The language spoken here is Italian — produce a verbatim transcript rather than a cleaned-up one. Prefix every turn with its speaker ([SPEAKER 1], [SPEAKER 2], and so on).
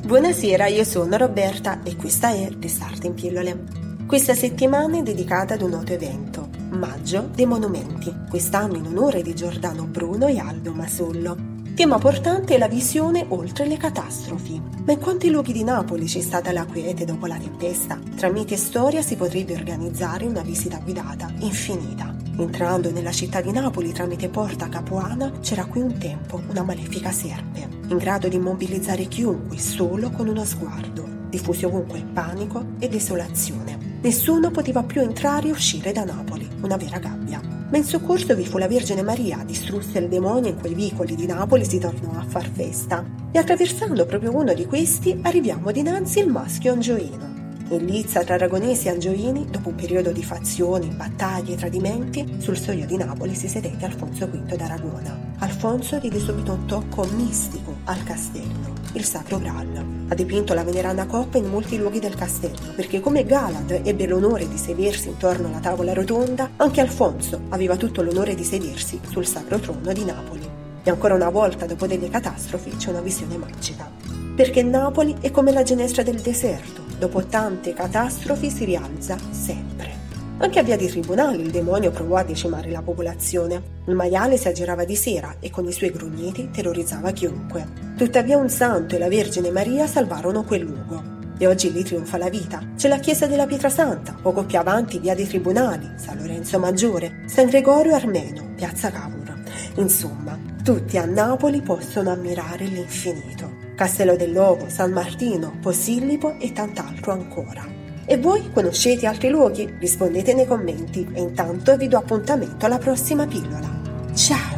[SPEAKER 1] Buonasera, io sono Roberta e questa è Restart in Pillole. Questa settimana è dedicata ad un noto evento, Maggio dei Monumenti, quest'anno in onore di Giordano Bruno e Aldo Masullo. Tema portante è la visione oltre le catastrofi. Ma in quanti luoghi di Napoli c'è stata la quiete dopo la tempesta? Tra miti e storia si potrebbe organizzare una visita guidata infinita. Entrando nella città di Napoli tramite Porta Capuana c'era qui un tempo una malefica serpe, in grado di immobilizzare chiunque solo con uno sguardo, diffusi ovunque panico e desolazione. Nessuno poteva più entrare e uscire da Napoli, una vera gabbia. Ma in soccorso vi fu la Vergine Maria, distrusse il demonio in quei vicoli di Napoli, si tornò a far festa. E attraversando proprio uno di questi arriviamo dinanzi il maschio angioino. In lizza tra aragonesi e angioini, dopo un periodo di fazioni, battaglie e tradimenti, sul soglio di Napoli si sedette Alfonso V d'Aragona. Alfonso diede subito un tocco mistico al castello, il Sacro Graal. Ha dipinto la veneranda coppa in molti luoghi del castello, perché come Galad ebbe l'onore di sedersi intorno alla tavola rotonda, anche Alfonso aveva tutto l'onore di sedersi sul Sacro Trono di Napoli. E ancora una volta, dopo delle catastrofi, c'è una visione magica. Perché Napoli è come la ginestra del deserto, dopo tante catastrofi si rialza sempre. Anche a Via dei Tribunali il demonio provò a decimare la popolazione. Il maiale si aggirava di sera e con i suoi grugniti terrorizzava chiunque. Tuttavia un santo e la Vergine Maria salvarono quel luogo. E oggi lì trionfa la vita. C'è la chiesa della Pietrasanta, poco più avanti Via dei Tribunali, San Lorenzo Maggiore, San Gregorio Armeno, Piazza Cavour. Insomma, tutti a Napoli possono ammirare l'infinito. Castello dell'Ovo, San Martino, Posillipo e tant'altro ancora. E voi conoscete altri luoghi? Rispondete nei commenti e intanto vi do appuntamento alla prossima pillola. Ciao!